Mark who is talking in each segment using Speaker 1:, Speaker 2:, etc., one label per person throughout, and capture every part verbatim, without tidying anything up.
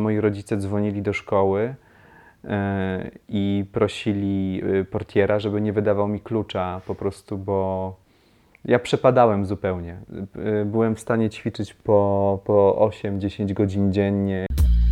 Speaker 1: moi rodzice dzwonili do szkoły i prosili portiera, żeby nie wydawał mi klucza po prostu, bo ja przepadałem zupełnie. Byłem w stanie ćwiczyć po, po osiem dziesięć godzin dziennie.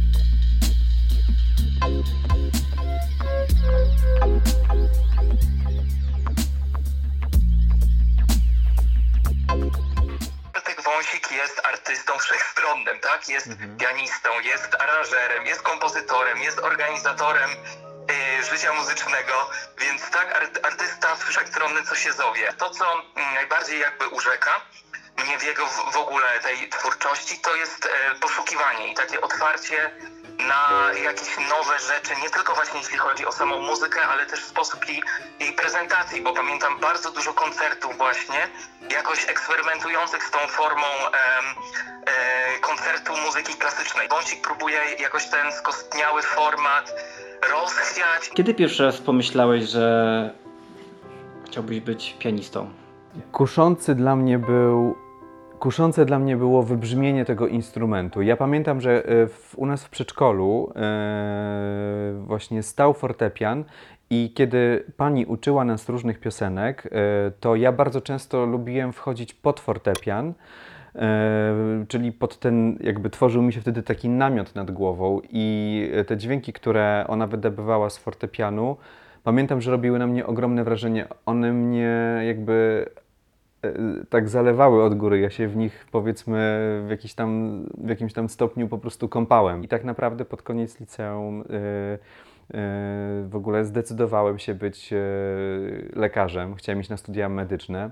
Speaker 2: Wąsik jest artystą wszechstronnym, tak? Jest mhm. pianistą, jest aranżerem, jest kompozytorem, jest organizatorem yy, życia muzycznego, więc tak, art, artysta wszechstronny, co się zowie. To, co yy, najbardziej jakby urzeka mnie w jego w, w ogóle tej twórczości, to jest yy, poszukiwanie i takie otwarcie na jakieś nowe rzeczy, nie tylko właśnie jeśli chodzi o samą muzykę, ale też sposób jej, jej prezentacji, bo pamiętam bardzo dużo koncertów właśnie, jakoś eksperymentujących z tą formą e, e, koncertu muzyki klasycznej. Wąsik próbuje jakoś ten skostniały format rozchwiać.
Speaker 3: Kiedy pierwszy raz pomyślałeś, że chciałbyś być pianistą?
Speaker 1: Kuszący dla mnie był Kuszące dla mnie było wybrzmienie tego instrumentu. Ja pamiętam, że w, u nas w przedszkolu e, właśnie stał fortepian i kiedy pani uczyła nas różnych piosenek, e, to ja bardzo często lubiłem wchodzić pod fortepian, e, czyli pod ten, jakby tworzył mi się wtedy taki namiot nad głową i te dźwięki, które ona wydobywała z fortepianu, pamiętam, że robiły na mnie ogromne wrażenie. One mnie jakby tak zalewały od góry, ja się w nich powiedzmy w, jakiś tam, w jakimś tam stopniu po prostu kąpałem. I tak naprawdę pod koniec liceum yy, yy, w ogóle zdecydowałem się być yy, lekarzem. Chciałem iść na studia medyczne,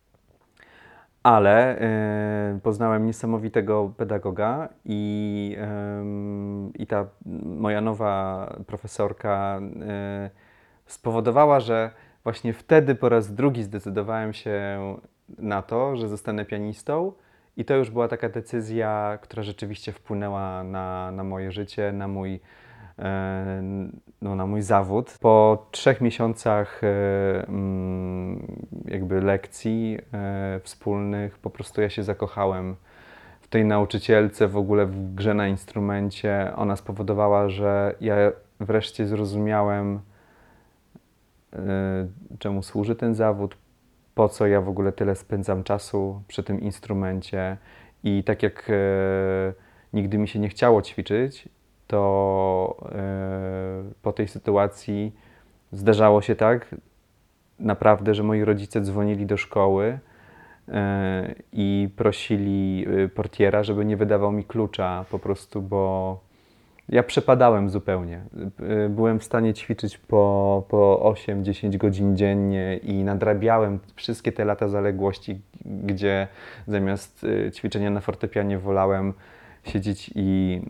Speaker 1: ale yy, poznałem niesamowitego pedagoga i, yy, i ta moja nowa profesorka yy, spowodowała, że właśnie wtedy po raz drugi zdecydowałem się na to, że zostanę pianistą i to już była taka decyzja, która rzeczywiście wpłynęła na, na moje życie, na mój, e, no, na mój zawód. Po trzech miesiącach e, jakby lekcji e, wspólnych po prostu ja się zakochałem w tej nauczycielce, w ogóle w grze na instrumencie. Ona spowodowała, że ja wreszcie zrozumiałem, czemu służy ten zawód, po co ja w ogóle tyle spędzam czasu przy tym instrumencie. I tak jak e, nigdy mi się nie chciało ćwiczyć, to e, po tej sytuacji zdarzało się tak naprawdę, że moi rodzice dzwonili do szkoły e, i prosili portiera, żeby nie wydawał mi klucza po prostu, bo ja przepadałem zupełnie. Byłem w stanie ćwiczyć po, po osiem dziesięć godzin dziennie i nadrabiałem wszystkie te lata zaległości, gdzie zamiast ćwiczenia na fortepianie wolałem siedzieć i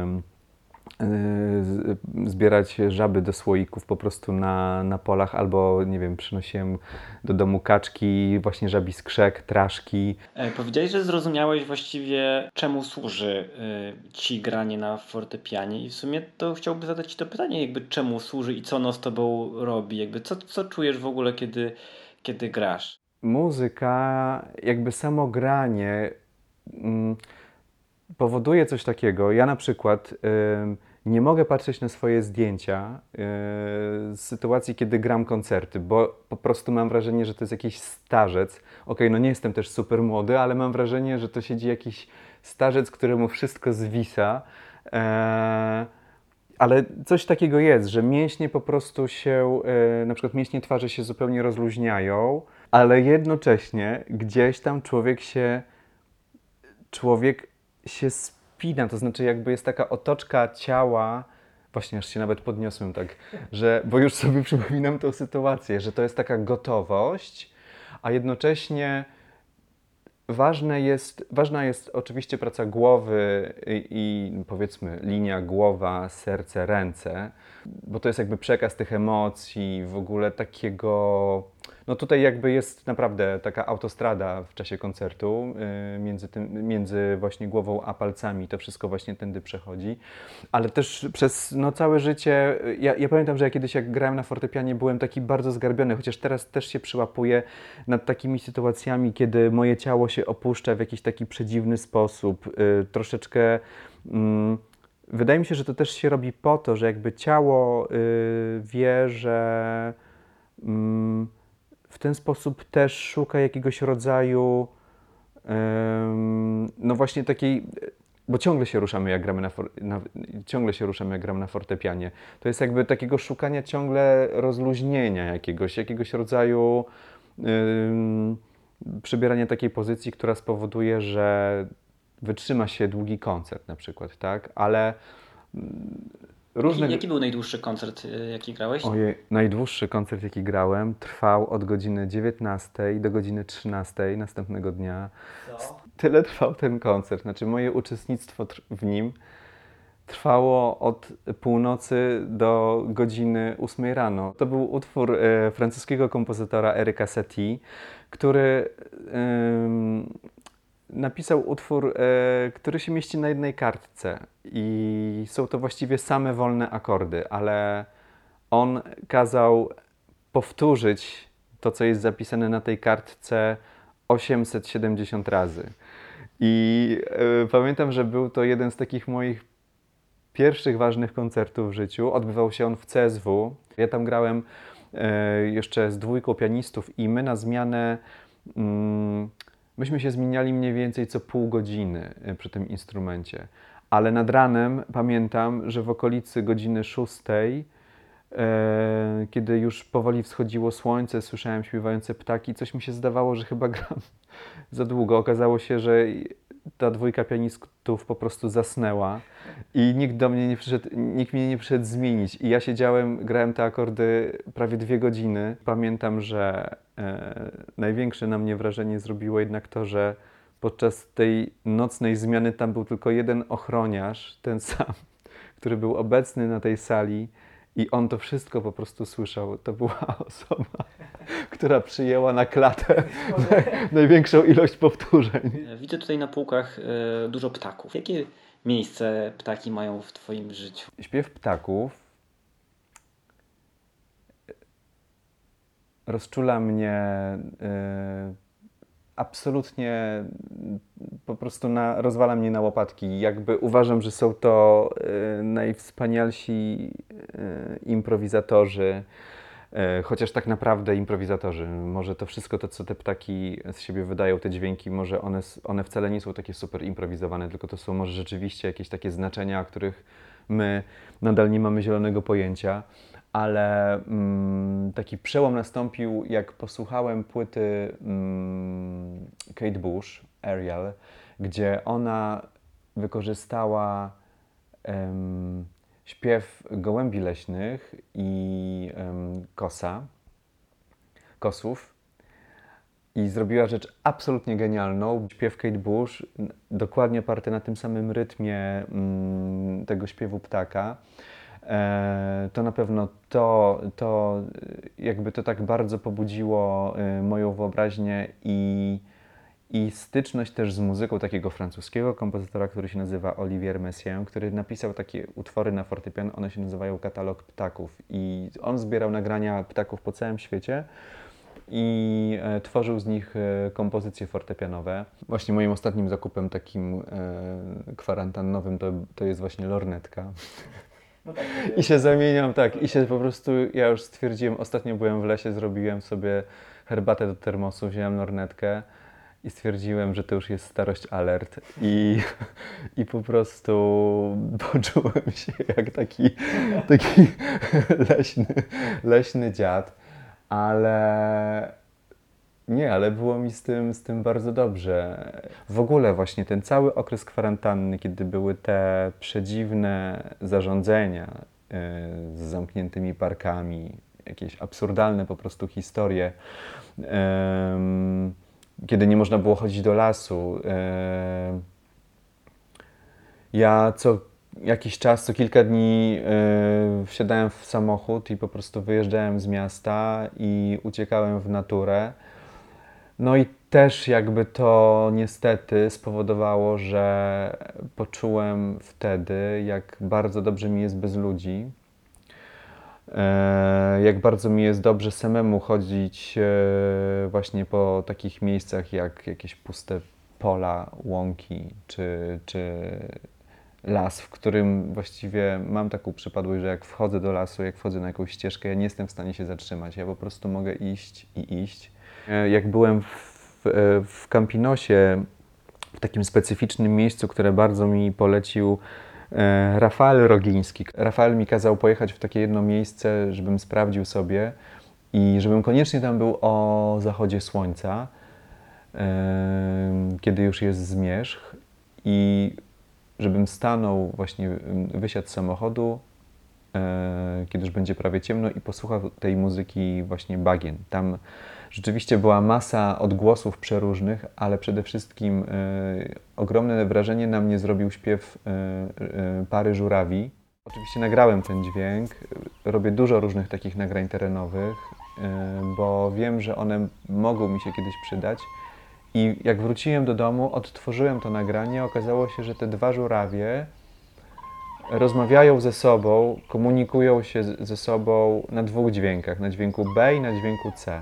Speaker 1: y, y, zbierać żaby do słoików po prostu na, na polach, albo nie wiem, przynosiłem do domu kaczki, właśnie żabi skrzek, traszki.
Speaker 3: E, powiedziałeś, że zrozumiałeś właściwie, czemu służy y, ci granie na fortepianie i w sumie to chciałbym zadać ci to pytanie, jakby czemu służy i co ono z tobą robi, jakby co, co czujesz w ogóle, kiedy, kiedy grasz?
Speaker 1: Muzyka, jakby samo granie mm, powoduje coś takiego. Ja na przykład y, nie mogę patrzeć na swoje zdjęcia y, z sytuacji, kiedy gram koncerty, bo po prostu mam wrażenie, że to jest jakiś starzec. Okej, no nie jestem też super młody, ale mam wrażenie, że to siedzi jakiś starzec, któremu wszystko zwisa. E, ale coś takiego jest, że mięśnie po prostu się, e, na przykład mięśnie twarzy się zupełnie rozluźniają, ale jednocześnie gdzieś tam człowiek się, człowiek się spina, to znaczy jakby jest taka otoczka ciała, właśnie aż się nawet podniosłem tak, że, bo już sobie przypominam tą sytuację, że to jest taka gotowość, a jednocześnie ważne jest, ważna jest oczywiście praca głowy i, i powiedzmy linia głowa, serce, ręce, bo to jest jakby przekaz tych emocji, w ogóle takiego. No tutaj jakby jest naprawdę taka autostrada w czasie koncertu yy, między, tym, między właśnie głową a palcami, to wszystko właśnie tędy przechodzi, ale też przez no, całe życie, ja, ja pamiętam, że ja kiedyś jak grałem na fortepianie byłem taki bardzo zgarbiony, chociaż teraz też się przyłapuję nad takimi sytuacjami, kiedy moje ciało się opuszcza w jakiś taki przedziwny sposób, yy, troszeczkę yy, wydaje mi się, że to też się robi po to, że jakby ciało y, wie, że mm, w ten sposób też szuka jakiegoś rodzaju ym, no właśnie takiej, bo ciągle się ruszamy jak gramy na, for, na ciągle się ruszamy jak gramy na fortepianie. To jest jakby takiego szukania ciągle rozluźnienia jakiegoś, jakiegoś rodzaju ym, przybierania takiej pozycji, która spowoduje, że wytrzyma się długi koncert na przykład, tak? Ale mm, różne...
Speaker 3: Jaki, jaki był najdłuższy koncert, y, jaki grałeś?
Speaker 1: Ojej, najdłuższy koncert, jaki grałem, trwał od godziny dziewiętnastej do godziny trzynastej następnego dnia.
Speaker 3: Co?
Speaker 1: Tyle trwał ten koncert, znaczy moje uczestnictwo tr- w nim trwało od północy do godziny ósmej rano. To był utwór e, francuskiego kompozytora Eryka Satie, który ym, napisał utwór, e, który się mieści na jednej kartce i są to właściwie same wolne akordy, ale on kazał powtórzyć to, co jest zapisane na tej kartce osiemset siedemdziesiąt razy. I e, pamiętam, że był to jeden z takich moich pierwszych ważnych koncertów w życiu. Odbywał się on w C S W. Ja tam grałem e, jeszcze z dwójką pianistów i my na zmianę mm, myśmy się zmieniali mniej więcej co pół godziny e, przy tym instrumencie. Ale nad ranem pamiętam, że w okolicy godziny szóstej, e, kiedy już powoli wschodziło słońce, słyszałem śpiewające ptaki, coś mi się zdawało, że chyba gram za długo. Okazało się, że ta dwójka pianistów po prostu zasnęła i nikt do mnie nie przyszedł, nikt mnie nie przyszedł zmienić. I ja siedziałem, grałem te akordy prawie dwie godziny. Pamiętam, że e, największe na mnie wrażenie zrobiło jednak to, że podczas tej nocnej zmiany tam był tylko jeden ochroniarz, ten sam, który był obecny na tej sali i on to wszystko po prostu słyszał. To była osoba, która przyjęła na klatę największą ilość powtórzeń.
Speaker 3: Widzę tutaj na półkach y, dużo ptaków. Jakie miejsce ptaki mają w Twoim życiu?
Speaker 1: Śpiew ptaków rozczula mnie y, absolutnie, po prostu na, rozwala mnie na łopatki. Jakby uważam, że są to y, najwspanialsi y, improwizatorzy, y, chociaż tak naprawdę improwizatorzy. Może to wszystko to, co te ptaki z siebie wydają, te dźwięki, może one, one wcale nie są takie super improwizowane, tylko to są może rzeczywiście jakieś takie znaczenia, o których my nadal nie mamy zielonego pojęcia. Ale mm, taki przełom nastąpił, jak posłuchałem płyty mm, Kate Bush, Ariel, gdzie ona wykorzystała em, śpiew gołębi leśnych i em, kosa, kosów i zrobiła rzecz absolutnie genialną. Śpiew Kate Bush, dokładnie oparty na tym samym rytmie mm, tego śpiewu ptaka. To na pewno to, to jakby to tak bardzo pobudziło moją wyobraźnię i, i styczność też z muzyką takiego francuskiego kompozytora, który się nazywa Olivier Messiaen, który napisał takie utwory na fortepian, one się nazywają Katalog Ptaków i on zbierał nagrania ptaków po całym świecie i e, tworzył z nich e, kompozycje fortepianowe. Właśnie moim ostatnim zakupem takim e, kwarantannowym to, to jest właśnie lornetka.
Speaker 3: No tak,
Speaker 1: I się zamieniam, tak, i się po prostu, ja już stwierdziłem, ostatnio byłem w lesie, zrobiłem sobie herbatę do termosu, wziąłem lornetkę i stwierdziłem, że to już jest starość alert i, i po prostu poczułem się jak taki, taki leśny, leśny dziad, ale nie, ale było mi z tym, z tym bardzo dobrze. W ogóle właśnie ten cały okres kwarantanny, kiedy były te przedziwne zarządzenia yy, z zamkniętymi parkami, jakieś absurdalne po prostu historie, yy, kiedy nie można było chodzić do lasu. Yy, ja co jakiś czas, co kilka dni yy, wsiadałem w samochód i po prostu wyjeżdżałem z miasta i uciekałem w naturę. No i też jakby to niestety spowodowało, że poczułem wtedy, jak bardzo dobrze mi jest bez ludzi, e, jak bardzo mi jest dobrze samemu chodzić e, właśnie po takich miejscach jak jakieś puste pola, łąki czy, czy las, w którym właściwie mam taką przypadłość, że jak wchodzę do lasu, jak wchodzę na jakąś ścieżkę, ja nie jestem w stanie się zatrzymać. Ja po prostu mogę iść i iść. Jak byłem w, w Campinosie, w takim specyficznym miejscu, które bardzo mi polecił e, Rafael Rogiński. Rafael mi kazał pojechać w takie jedno miejsce, żebym sprawdził sobie i żebym koniecznie tam był o zachodzie słońca, e, kiedy już jest zmierzch i żebym stanął, właśnie wysiadł z samochodu, e, kiedy już będzie prawie ciemno i posłuchał tej muzyki właśnie bagien. Tam rzeczywiście była masa odgłosów przeróżnych, ale przede wszystkim e, ogromne wrażenie na mnie zrobił śpiew e, e, pary żurawi. Oczywiście nagrałem ten dźwięk, robię dużo różnych takich nagrań terenowych, e, bo wiem, że one mogą mi się kiedyś przydać. I jak wróciłem do domu, odtworzyłem to nagranie, okazało się, że te dwa żurawie rozmawiają ze sobą, komunikują się ze sobą na dwóch dźwiękach, na dźwięku B i na dźwięku C.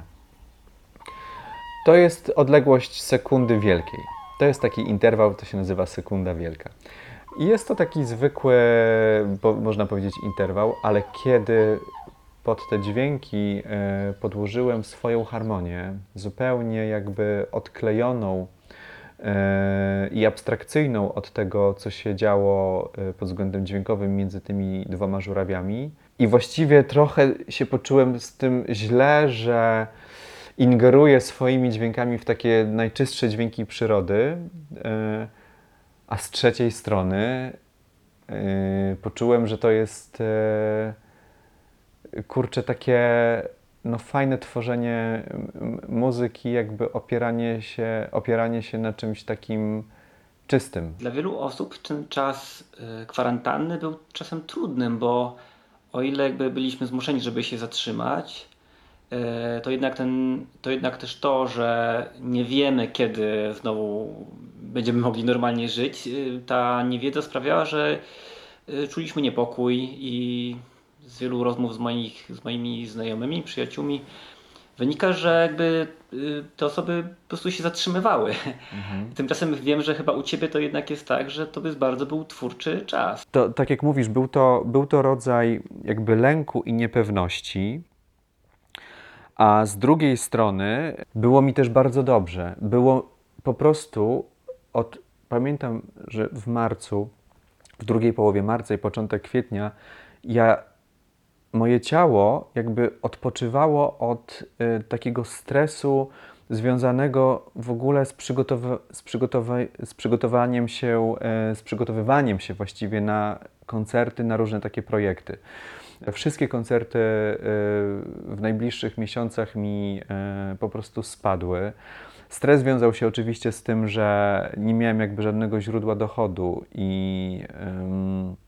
Speaker 1: To jest odległość sekundy wielkiej. To jest taki interwał, to się nazywa sekunda wielka. I jest to taki zwykły, bo można powiedzieć, interwał, ale kiedy pod te dźwięki e, podłożyłem swoją harmonię, zupełnie jakby odklejoną e, i abstrakcyjną od tego, co się działo e, pod względem dźwiękowym między tymi dwoma żurawiami. I właściwie trochę się poczułem z tym źle, że ingeruję swoimi dźwiękami w takie najczystsze dźwięki przyrody, e, a z trzeciej strony e, poczułem, że to jest e, kurczę, takie no, fajne tworzenie muzyki, jakby opieranie się, opieranie się na czymś takim czystym.
Speaker 3: Dla wielu osób ten czas y, kwarantanny był czasem trudnym, bo o ile jakby byliśmy zmuszeni, żeby się zatrzymać, y, to jednak, ten, to jednak też to, że nie wiemy, kiedy znowu będziemy mogli normalnie żyć, y, ta niewiedza sprawiała, że y, czuliśmy niepokój i z wielu rozmów z, moich, z moimi znajomymi, przyjaciółmi wynika, że jakby y, te osoby po prostu się zatrzymywały.
Speaker 1: Mhm.
Speaker 3: Tymczasem wiem, że chyba u Ciebie to jednak jest tak, że to jest bardzo był twórczy czas.
Speaker 1: To, tak jak mówisz, był to, był to rodzaj jakby lęku i niepewności, a z drugiej strony było mi też bardzo dobrze. Było po prostu, od, pamiętam, że w marcu, w drugiej połowie marca i początek kwietnia, ja moje ciało jakby odpoczywało od y, takiego stresu związanego w ogóle z, przygotowa- z, przygotowa- z przygotowaniem się, y, z przygotowywaniem się właściwie na koncerty, na różne takie projekty. Wszystkie koncerty y, w najbliższych miesiącach mi y, po prostu spadły. Stres wiązał się oczywiście z tym, że nie miałem jakby żadnego źródła dochodu i ym,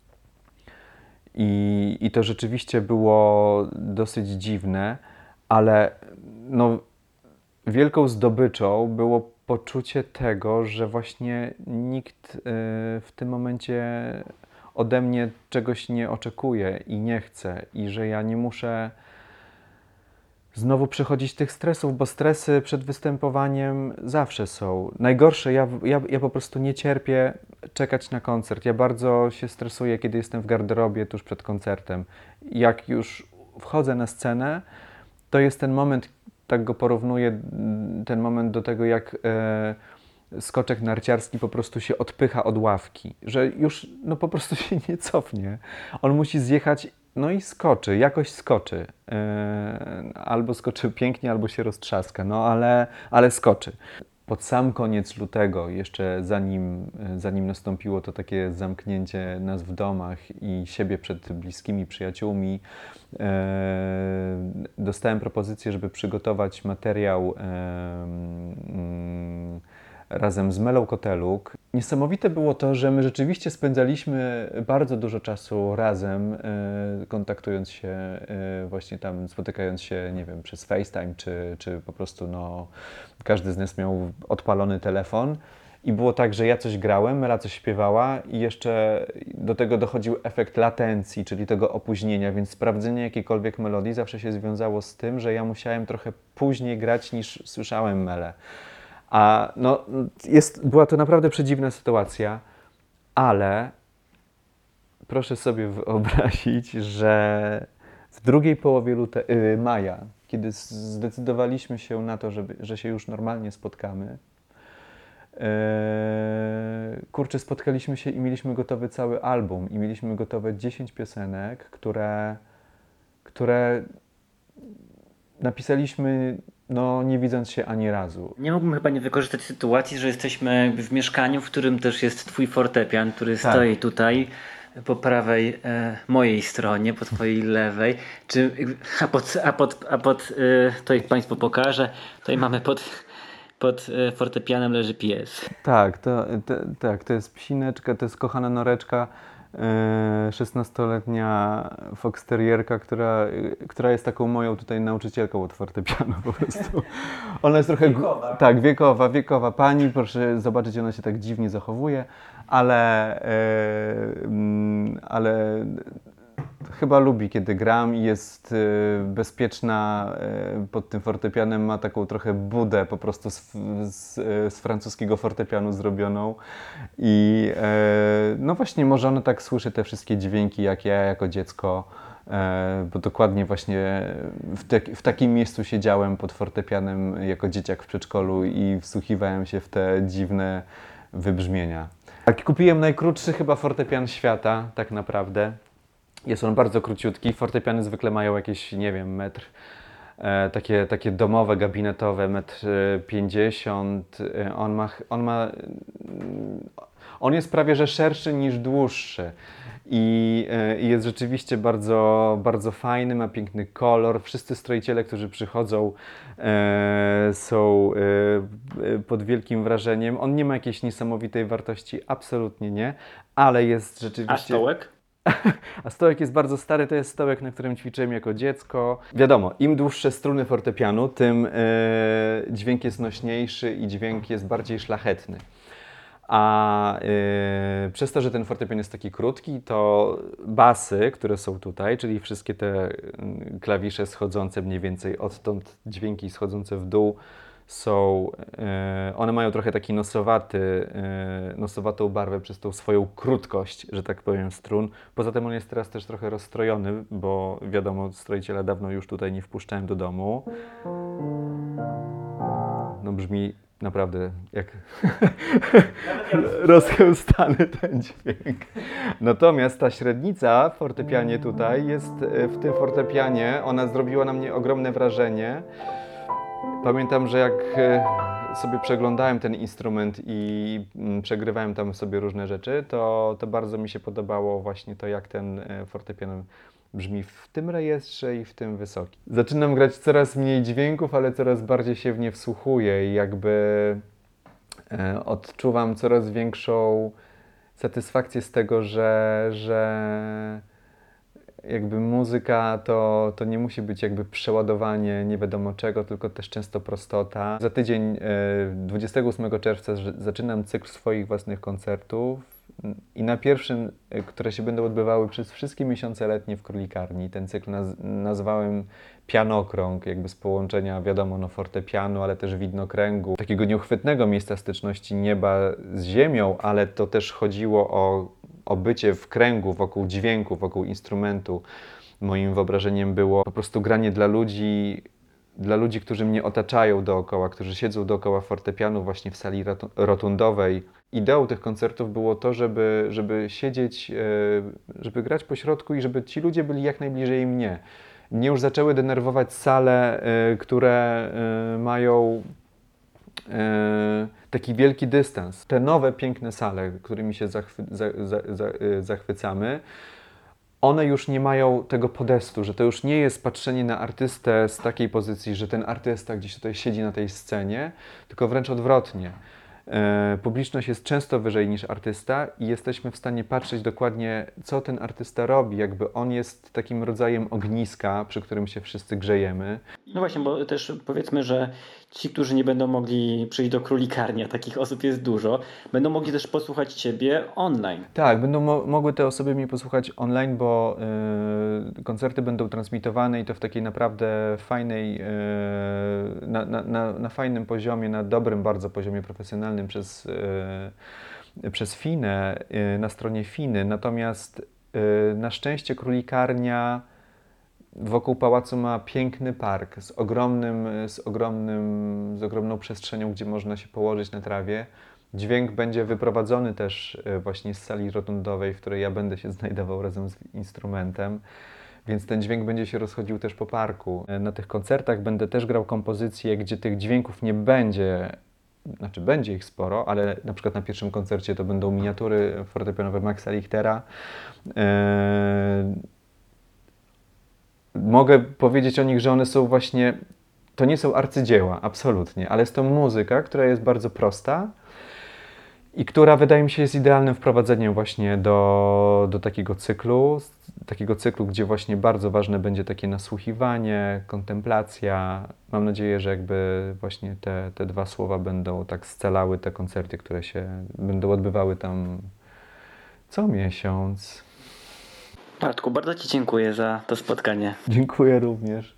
Speaker 1: I, I to rzeczywiście było dosyć dziwne, ale no, wielką zdobyczą było poczucie tego, że właśnie nikt y, w tym momencie ode mnie czegoś nie oczekuje i nie chce, i że ja nie muszę znowu przechodzić tych stresów, bo stresy przed występowaniem zawsze są. Najgorsze, ja, ja, ja po prostu nie cierpię czekać na koncert. Ja bardzo się stresuję, kiedy jestem w garderobie tuż przed koncertem. Jak już wchodzę na scenę, to jest ten moment, tak go porównuję, ten moment do tego, jak e, skoczek narciarski po prostu się odpycha od ławki, że już no, po prostu się nie cofnie. On musi zjechać, no i skoczy, jakoś skoczy. Yy, albo skoczy pięknie, albo się roztrzaska, no ale, ale skoczy. Pod sam koniec lutego, jeszcze zanim, zanim nastąpiło to takie zamknięcie nas w domach i siebie przed bliskimi przyjaciółmi, yy, dostałem propozycję, żeby przygotować materiał yy, yy, razem z Melą Koteluk. Niesamowite było to, że my rzeczywiście spędzaliśmy bardzo dużo czasu razem, y, kontaktując się, y, właśnie tam, spotykając się, nie wiem, przez FaceTime, czy, czy po prostu, no, każdy z nas miał odpalony telefon. I było tak, że ja coś grałem, Mela coś śpiewała i jeszcze do tego dochodził efekt latencji, czyli tego opóźnienia, więc sprawdzenie jakiejkolwiek melodii zawsze się wiązało z tym, że ja musiałem trochę później grać niż słyszałem Melę. A no, jest, była to naprawdę przedziwna sytuacja, ale proszę sobie wyobrazić, że w drugiej połowie lute- y, maja, kiedy zdecydowaliśmy się na to, żeby, że się już normalnie spotkamy, yy, kurczę, spotkaliśmy się i mieliśmy gotowy cały album i mieliśmy gotowe dziesięć piosenek, które, które napisaliśmy, no, nie widząc się ani razu.
Speaker 3: Nie mógłbym chyba nie wykorzystać sytuacji, że jesteśmy jakby w mieszkaniu, w którym też jest twój fortepian, który
Speaker 1: Tak.
Speaker 3: stoi tutaj po prawej e, mojej stronie, po twojej lewej. Czy, a pod, a pod, a pod e, to ich Państwu pokażę. Tutaj mamy pod, pod e, fortepianem leży pies.
Speaker 1: Tak, to, to, tak, to jest psineczka, to jest kochana Noreczka, yy, szesnastoletnia foxterierka, która, która jest taką moją tutaj nauczycielką od fortepianu po prostu. Ona jest trochę...
Speaker 3: Wiekowa.
Speaker 1: Tak, wiekowa, wiekowa pani, proszę zobaczyć, ona się tak dziwnie zachowuje, ale, yy, mm, ale chyba lubi, kiedy gram i jest y, bezpieczna y, pod tym fortepianem, ma taką trochę budę po prostu z, z, z francuskiego fortepianu zrobioną i y, no właśnie może ona tak słyszy te wszystkie dźwięki jak ja jako dziecko, y, bo dokładnie właśnie w, te, w takim miejscu siedziałem pod fortepianem jako dzieciak w przedszkolu i wsłuchiwałem się w te dziwne wybrzmienia. Tak, kupiłem najkrótszy chyba fortepian świata, tak naprawdę. Jest on bardzo króciutki. Fortepiany zwykle mają jakieś, nie wiem, metr, e, takie, takie domowe, gabinetowe, metr pięćdziesiąt. E, on ma, on ma, on jest prawie że szerszy niż dłuższy. I, e, i jest rzeczywiście bardzo, bardzo fajny, ma piękny kolor. Wszyscy stroiciele, którzy przychodzą, e, są e, pod wielkim wrażeniem. On nie ma jakiejś niesamowitej wartości, absolutnie nie, ale jest rzeczywiście...
Speaker 3: A stołek?
Speaker 1: A stołek jest bardzo stary, to jest stołek, na którym ćwiczyłem jako dziecko. Wiadomo, im dłuższe struny fortepianu, tym e, dźwięk jest nośniejszy i dźwięk jest bardziej szlachetny. A e, przez to, że ten fortepian jest taki krótki, to basy, które są tutaj, czyli wszystkie te mm, klawisze schodzące mniej więcej odtąd, dźwięki schodzące w dół, są, e, one mają trochę taki nosowaty, e, nosowatą barwę przez tą swoją krótkość, że tak powiem, strun. Poza tym on jest teraz też trochę rozstrojony, bo wiadomo, stroiciela dawno już tutaj nie wpuszczałem do domu. No brzmi naprawdę jak rozchełstany ten dźwięk. Natomiast ta średnica w fortepianie tutaj jest, w tym fortepianie, ona zrobiła na mnie ogromne wrażenie. Pamiętam, że jak sobie przeglądałem ten instrument i przegrywałem tam sobie różne rzeczy, to, to bardzo mi się podobało właśnie to, jak ten fortepian brzmi w tym rejestrze i w tym wysokim. Zaczynam grać coraz mniej dźwięków, ale coraz bardziej się w nie wsłuchuję i jakby e, odczuwam coraz większą satysfakcję z tego, że, że jakby muzyka to, to nie musi być jakby przeładowanie nie wiadomo czego, tylko też często prostota. Za tydzień, dwudziestego ósmego czerwca, zaczynam cykl swoich własnych koncertów i na pierwszym, które się będą odbywały przez wszystkie miesiące letnie w Królikarni. Ten cykl naz nazwałem Pianokrąg, jakby z połączenia, wiadomo, no fortepianu, ale też widnokręgu. Takiego nieuchwytnego miejsca styczności nieba z ziemią, ale to też chodziło o o bycie w kręgu, wokół dźwięku, wokół instrumentu. Moim wyobrażeniem było po prostu granie dla ludzi, dla ludzi, którzy mnie otaczają dookoła, którzy siedzą dookoła fortepianu właśnie w sali rotundowej. Ideą tych koncertów było to, żeby, żeby siedzieć, żeby grać po środku i żeby ci ludzie byli jak najbliżej mnie. Mnie już zaczęły denerwować sale, które mają taki wielki dystans. Te nowe, piękne sale, którymi się zachwy za za za zachwycamy, one już nie mają tego podestu, że to już nie jest patrzenie na artystę z takiej pozycji, że ten artysta gdzieś tutaj siedzi na tej scenie, tylko wręcz odwrotnie. E, publiczność jest często wyżej niż artysta i jesteśmy w stanie patrzeć dokładnie, co ten artysta robi, jakby on jest takim rodzajem ogniska, przy którym się wszyscy grzejemy.
Speaker 3: No właśnie, bo też powiedzmy, że ci, którzy nie będą mogli przyjść do Królikarni, a takich osób jest dużo, będą mogli też posłuchać Ciebie online.
Speaker 1: Tak, będą mo mogły te osoby mnie posłuchać online, bo y, koncerty będą transmitowane i to w takiej naprawdę fajnej, y, na, na, na, na fajnym poziomie, na dobrym bardzo poziomie profesjonalnym przez, y, przez Finę, y, na stronie Finy. Natomiast Y, Na szczęście królikarnia wokół pałacu ma piękny park z ogromnym, z ogromnym, z ogromną przestrzenią, gdzie można się położyć na trawie. Dźwięk będzie wyprowadzony też y, właśnie z sali rotundowej, w której ja będę się znajdował razem z instrumentem, więc ten dźwięk będzie się rozchodził też po parku. Y, Na tych koncertach będę też grał kompozycje, gdzie tych dźwięków nie będzie, znaczy będzie ich sporo, ale na przykład na pierwszym koncercie to będą miniatury fortepianowe Maxa Richtera. Y, Mogę powiedzieć o nich, że one są właśnie, to nie są arcydzieła, absolutnie, ale jest to muzyka, która jest bardzo prosta i która wydaje mi się jest idealnym wprowadzeniem właśnie do, do takiego cyklu, takiego cyklu, gdzie właśnie bardzo ważne będzie takie nasłuchiwanie, kontemplacja. Mam nadzieję, że jakby właśnie te, te dwa słowa będą tak scalały te koncerty, które się będą odbywały tam co miesiąc.
Speaker 3: Bartku, bardzo Ci dziękuję za to spotkanie.
Speaker 1: Dziękuję również.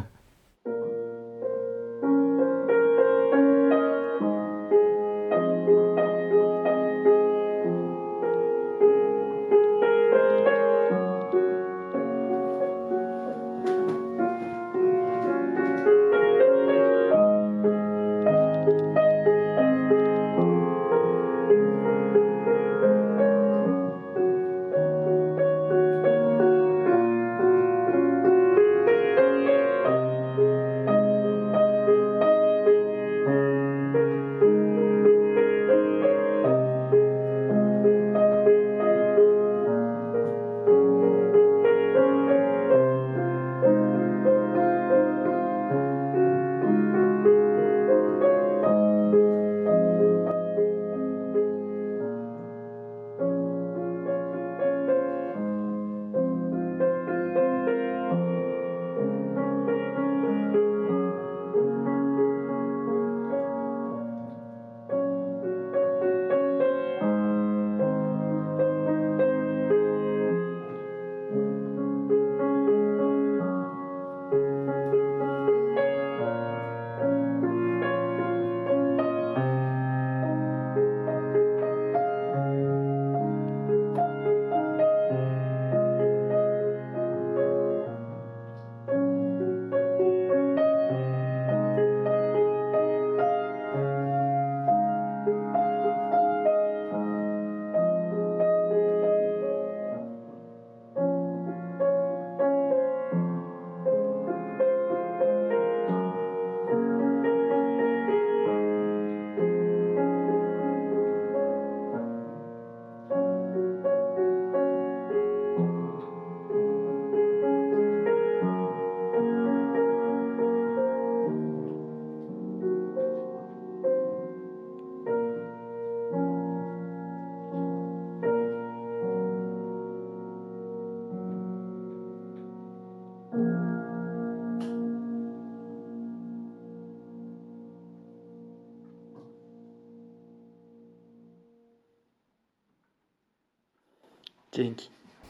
Speaker 3: Dzięki.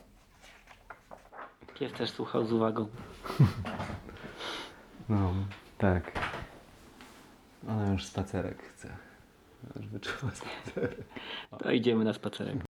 Speaker 3: Pies też słuchał z uwagą.
Speaker 1: No, tak. Ona już spacerek chce. Już wyczuła spacerek.
Speaker 3: To idziemy na spacerek.